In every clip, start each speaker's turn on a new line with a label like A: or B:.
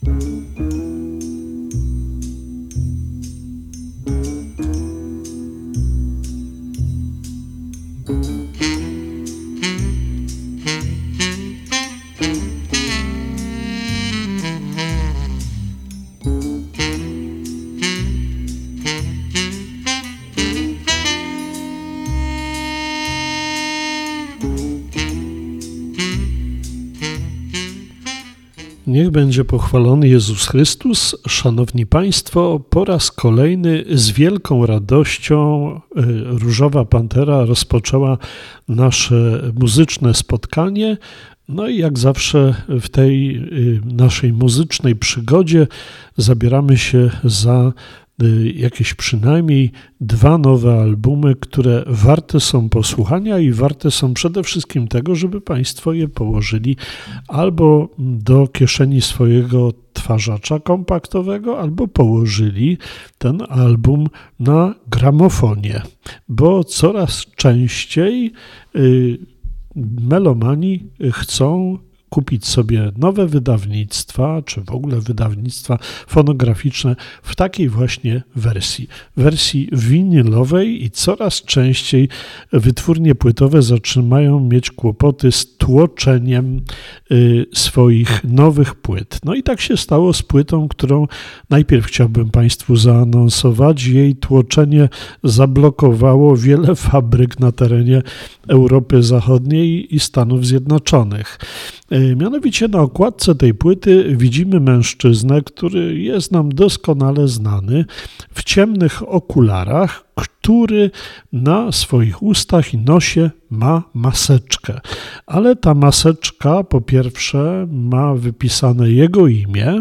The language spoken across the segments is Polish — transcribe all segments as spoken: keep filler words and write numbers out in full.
A: Niech będzie pochwalony Jezus Chrystus. Szanowni Państwo, po raz kolejny z wielką radością Różowa Pantera rozpoczęła nasze muzyczne spotkanie. No i jak zawsze w tej naszej muzycznej przygodzie zabieramy się za jakieś przynajmniej dwa nowe albumy, które warte są posłuchania i warte są przede wszystkim tego, żeby Państwo je położyli albo do kieszeni swojego odtwarzacza kompaktowego, albo położyli ten album na gramofonie, bo coraz częściej y, melomani chcą kupić sobie nowe wydawnictwa, czy w ogóle wydawnictwa fonograficzne w takiej właśnie wersji, wersji winylowej i coraz częściej wytwórnie płytowe zaczynają mieć kłopoty z tłoczeniem y, swoich nowych płyt. No i tak się stało z płytą, którą najpierw chciałbym Państwu zaanonsować. Jej tłoczenie zablokowało wiele fabryk na terenie Europy Zachodniej i Stanów Zjednoczonych. Mianowicie na okładce tej płyty widzimy mężczyznę, który jest nam doskonale znany, w ciemnych okularach, który na swoich ustach i nosie ma maseczkę. Ale ta maseczka po pierwsze ma wypisane jego imię,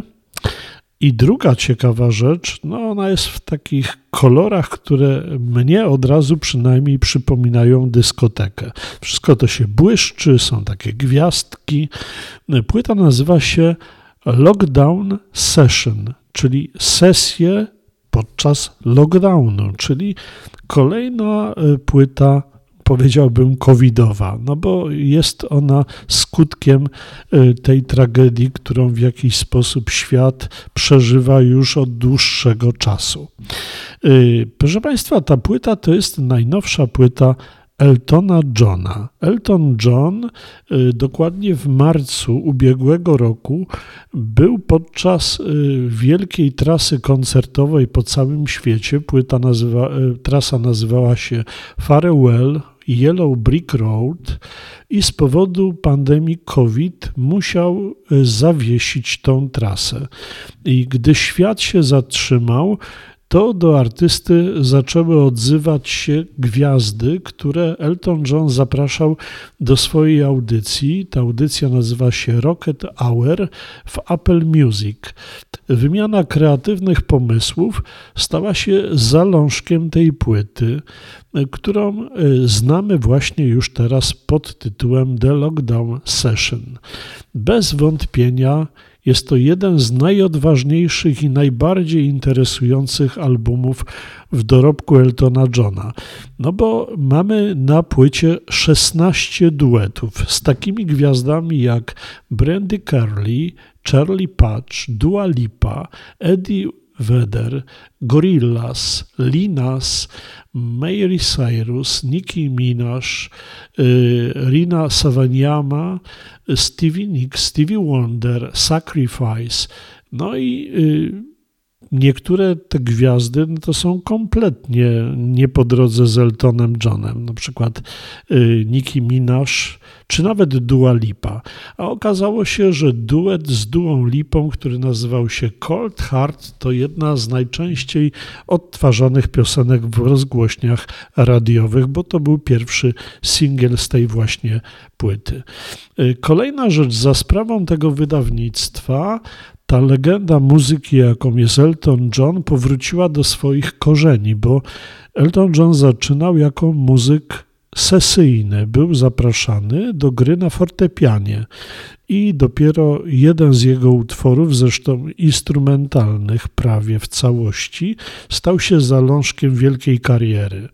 A: i druga ciekawa rzecz, no ona jest w takich kolorach, które mnie od razu przynajmniej przypominają dyskotekę. Wszystko to się błyszczy, są takie gwiazdki. Płyta nazywa się Lockdown Session, czyli sesje podczas lockdownu, czyli kolejna płyta, powiedziałbym, covidowa, no bo jest ona skutkiem tej tragedii, którą w jakiś sposób świat przeżywa już od dłuższego czasu. Proszę Państwa, ta płyta to jest najnowsza płyta Eltona Johna. Elton John dokładnie w marcu ubiegłego roku był podczas wielkiej trasy koncertowej po całym świecie. Płyta nazywa, trasa nazywała się Farewell Yellow Brick Road i z powodu pandemii COVID musiał zawiesić tą trasę. I gdy świat się zatrzymał, to do artysty zaczęły odzywać się gwiazdy, które Elton John zapraszał do swojej audycji. Ta audycja nazywa się Rocket Hour w Apple Music. Wymiana kreatywnych pomysłów stała się zalążkiem tej płyty, którą znamy właśnie już teraz pod tytułem The Lockdown Session. Bez wątpienia jest to jeden z najodważniejszych i najbardziej interesujących albumów w dorobku Eltona Johna. No bo mamy na płycie szesnaście duetów z takimi gwiazdami jak Brandi Carlile, Charlie Puth, Dua Lipa, Eddie Vedder, Gorillaz, Lil Nas, Miley Cyrus, Nicki Minaj, Rina Savajama, Stevie Nicks, Stevie Wonder, Sacrifice. No i niektóre te gwiazdy no to są kompletnie nie po drodze z Eltonem Johnem, na przykład Nicki Minaj czy nawet Dua Lipa. A okazało się, że duet z Duą Lipą, który nazywał się Cold Heart, to jedna z najczęściej odtwarzanych piosenek w rozgłośniach radiowych, bo to był pierwszy singiel z tej właśnie płyty. Kolejna rzecz, za sprawą tego wydawnictwa ta legenda muzyki, jaką jest Elton John, powróciła do swoich korzeni, bo Elton John zaczynał jako muzyk sesyjny. Był zapraszany do gry na fortepianie i dopiero jeden z jego utworów, zresztą instrumentalnych prawie w całości, stał się zalążkiem wielkiej kariery.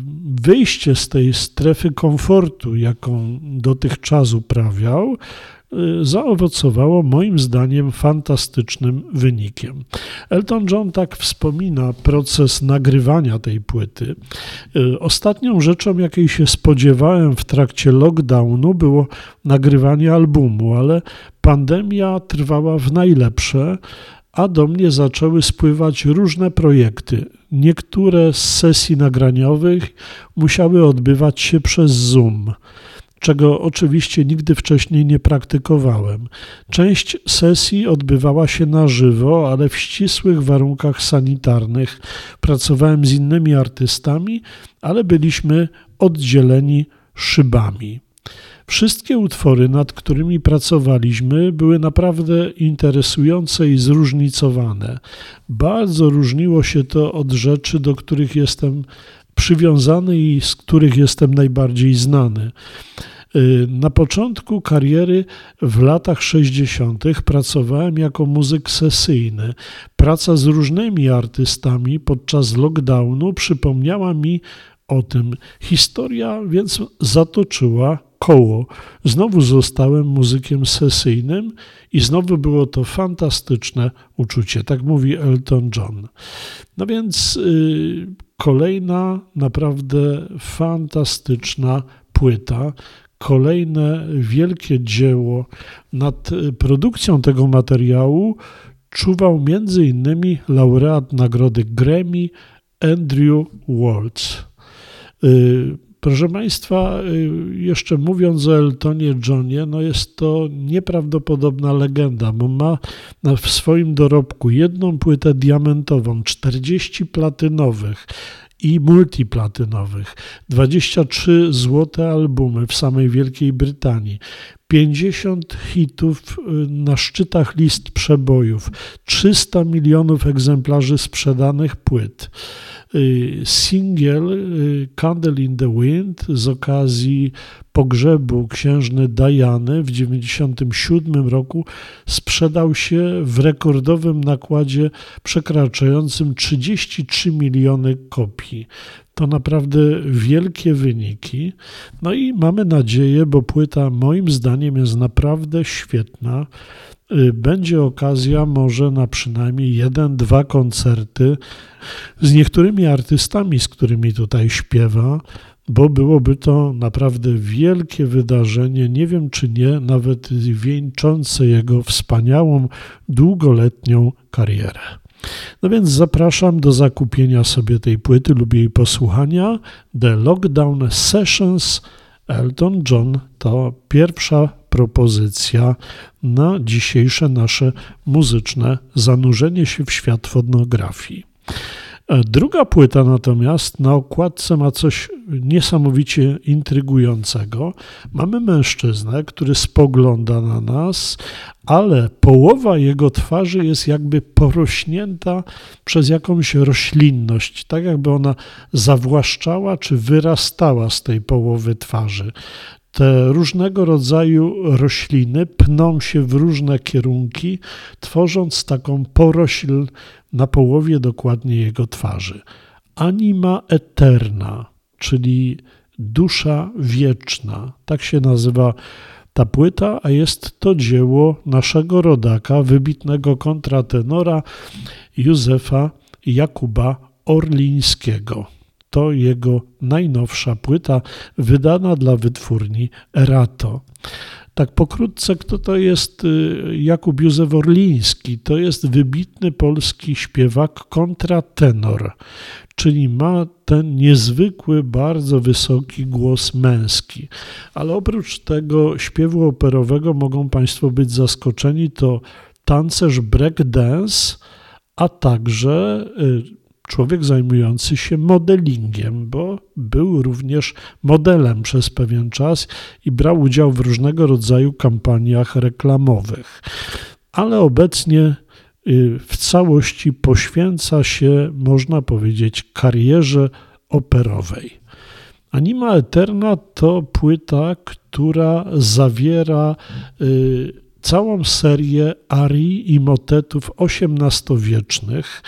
A: Wyjście z tej strefy komfortu, jaką dotychczas uprawiał, zaowocowało moim zdaniem fantastycznym wynikiem. Elton John tak wspomina proces nagrywania tej płyty. Ostatnią rzeczą, jakiej się spodziewałem w trakcie lockdownu, było nagrywanie albumu, ale pandemia trwała w najlepsze, a do mnie zaczęły spływać różne projekty. Niektóre z sesji nagraniowych musiały odbywać się przez Zoom, czego oczywiście nigdy wcześniej nie praktykowałem. Część sesji odbywała się na żywo, ale w ścisłych warunkach sanitarnych. Pracowałem z innymi artystami, ale byliśmy oddzieleni szybami. Wszystkie utwory, nad którymi pracowaliśmy, były naprawdę interesujące i zróżnicowane. Bardzo różniło się to od rzeczy, do których jestem przywiązany i z których jestem najbardziej znany. Na początku kariery w latach sześćdziesiątych pracowałem jako muzyk sesyjny. Praca z różnymi artystami podczas lockdownu przypomniała mi o tym. Historia więc zatoczyła koło. Znowu zostałem muzykiem sesyjnym i znowu było to fantastyczne uczucie. Tak mówi Elton John. No więc yy, kolejna naprawdę fantastyczna płyta, kolejne wielkie dzieło. Nad produkcją tego materiału czuwał między innymi laureat nagrody Grammy Andrew Waltz. Yy, Proszę Państwa, jeszcze mówiąc o Eltonie Johnie, no jest to nieprawdopodobna legenda, bo ma w swoim dorobku jedną płytę diamentową, czterdzieści platynowych i multiplatynowych, dwadzieścia trzy złote albumy w samej Wielkiej Brytanii, pięćdziesiąt hitów na szczytach list przebojów, trzysta milionów egzemplarzy sprzedanych płyt. Singiel Candle in the Wind z okazji pogrzebu księżny Diany w dziewięćdziesiątym siódmym roku sprzedał się w rekordowym nakładzie przekraczającym trzydzieści trzy miliony kopii. To naprawdę wielkie wyniki. No i mamy nadzieję, bo płyta moim zdaniem jest naprawdę świetna. Będzie okazja może na przynajmniej jeden, dwa koncerty z niektórymi artystami, z którymi tutaj śpiewa, bo byłoby to naprawdę wielkie wydarzenie, nie wiem czy nie, nawet wieńczące jego wspaniałą, długoletnią karierę. No więc zapraszam do zakupienia sobie tej płyty lub jej posłuchania. The Lockdown Sessions Elton John to pierwsza propozycja na dzisiejsze nasze muzyczne zanurzenie się w świat fonografii. Druga płyta natomiast na okładce ma coś niesamowicie intrygującego. Mamy mężczyznę, który spogląda na nas, ale połowa jego twarzy jest jakby porośnięta przez jakąś roślinność, tak jakby ona zawłaszczała czy wyrastała z tej połowy twarzy. Te różnego rodzaju rośliny pną się w różne kierunki, tworząc taką porośl na połowie dokładnie jego twarzy. Anima eterna, czyli dusza wieczna, tak się nazywa ta płyta, a jest to dzieło naszego rodaka, wybitnego kontratenora Józefa Jakuba Orlińskiego. To jego najnowsza płyta, wydana dla wytwórni Erato. Tak pokrótce, kto to jest Jakub Józef Orliński? To jest wybitny polski śpiewak kontratenor, czyli ma ten niezwykły, bardzo wysoki głos męski. Ale oprócz tego śpiewu operowego mogą Państwo być zaskoczeni, to tancerz breakdance, a także człowiek zajmujący się modelingiem, bo był również modelem przez pewien czas i brał udział w różnego rodzaju kampaniach reklamowych. Ale obecnie w całości poświęca się, można powiedzieć, karierze operowej. Anima Eterna to płyta, która zawiera całą serię arii i motetów osiemnastowiecznych.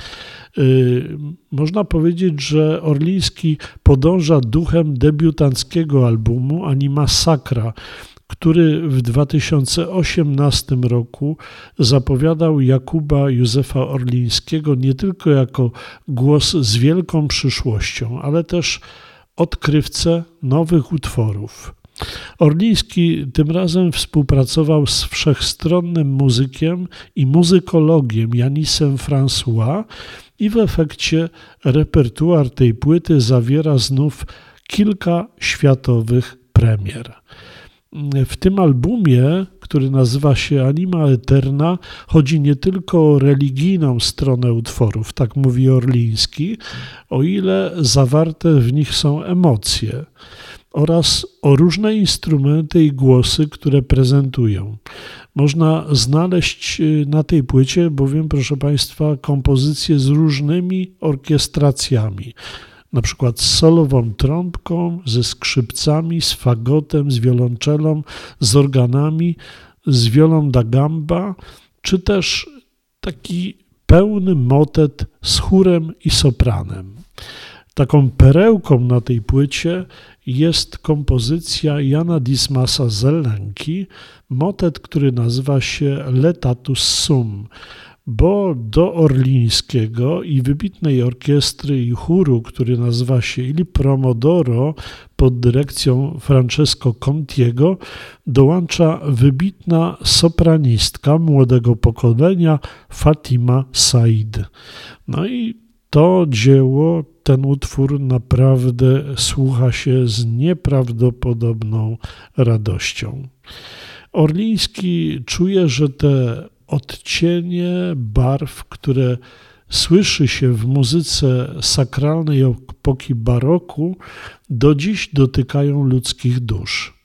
A: Można powiedzieć, że Orliński podąża duchem debiutanckiego albumu Anima Sacra, który w dwa tysiące osiemnastym roku zapowiadał Jakuba Józefa Orlińskiego nie tylko jako głos z wielką przyszłością, ale też odkrywcę nowych utworów. Orliński tym razem współpracował z wszechstronnym muzykiem i muzykologiem Yanisem François i w efekcie repertuar tej płyty zawiera znów kilka światowych premier. W tym albumie, który nazywa się Anima Eterna, chodzi nie tylko o religijną stronę utworów, tak mówi Orliński, o ile zawarte w nich są emocje oraz o różne instrumenty i głosy, które prezentują. Można znaleźć na tej płycie bowiem, proszę Państwa, kompozycje z różnymi orkiestracjami, na przykład z solową trąbką, ze skrzypcami, z fagotem, z wiolonczelą, z organami, z wiolą da gamba, czy też taki pełny motet z chórem i sopranem. Taką perełką na tej płycie jest kompozycja Jana Dismasa Zelenki, motet, który nazywa się Letatus Sum, bo do Orlińskiego i wybitnej orkiestry i chóru, który nazywa się Il Promodoro pod dyrekcją Francesco Contiego, dołącza wybitna sopranistka młodego pokolenia Fatima Said. No i to dzieło, ten utwór naprawdę słucha się z nieprawdopodobną radością. Orliński czuje, że te odcienie barw, które słyszy się w muzyce sakralnej epoki baroku, do dziś dotykają ludzkich dusz.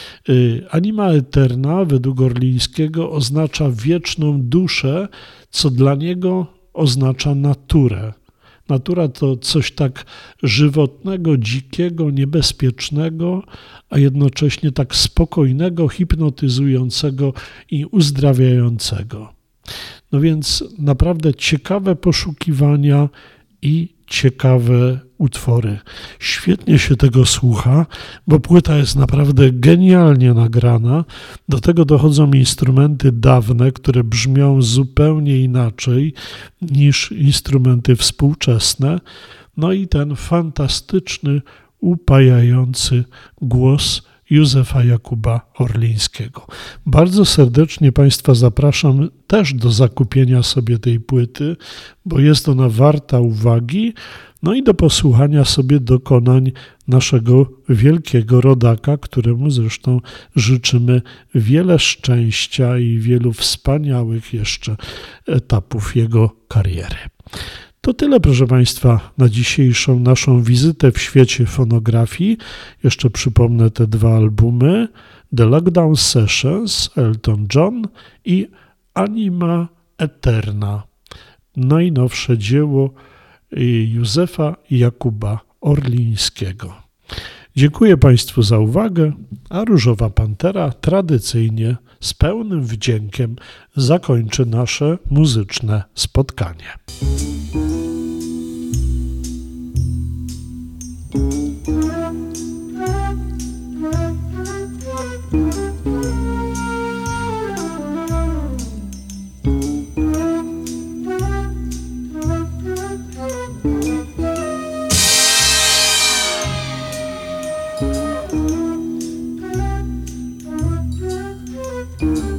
A: Anima Eterna według Orlińskiego oznacza wieczną duszę, co dla niego oznacza naturę. Natura to coś tak żywotnego, dzikiego, niebezpiecznego, a jednocześnie tak spokojnego, hipnotyzującego i uzdrawiającego. No więc naprawdę ciekawe poszukiwania i ciekawe utwory. Świetnie się tego słucha, bo płyta jest naprawdę genialnie nagrana. Do tego dochodzą instrumenty dawne, które brzmią zupełnie inaczej niż instrumenty współczesne. No i ten fantastyczny, upajający głos Józefa Jakuba Orlińskiego. Bardzo serdecznie Państwa zapraszam też do zakupienia sobie tej płyty, bo jest ona warta uwagi, no i do posłuchania sobie dokonań naszego wielkiego rodaka, któremu zresztą życzymy wiele szczęścia i wielu wspaniałych jeszcze etapów jego kariery. To tyle, proszę Państwa, na dzisiejszą naszą wizytę w świecie fonografii. Jeszcze przypomnę te dwa albumy: The Lockdown Sessions, Elton John i Anima Eterna, najnowsze dzieło Józefa Jakuba Orlińskiego. Dziękuję Państwu za uwagę, a Różowa Pantera tradycyjnie z pełnym wdziękiem zakończy nasze muzyczne spotkanie.
B: Thank you.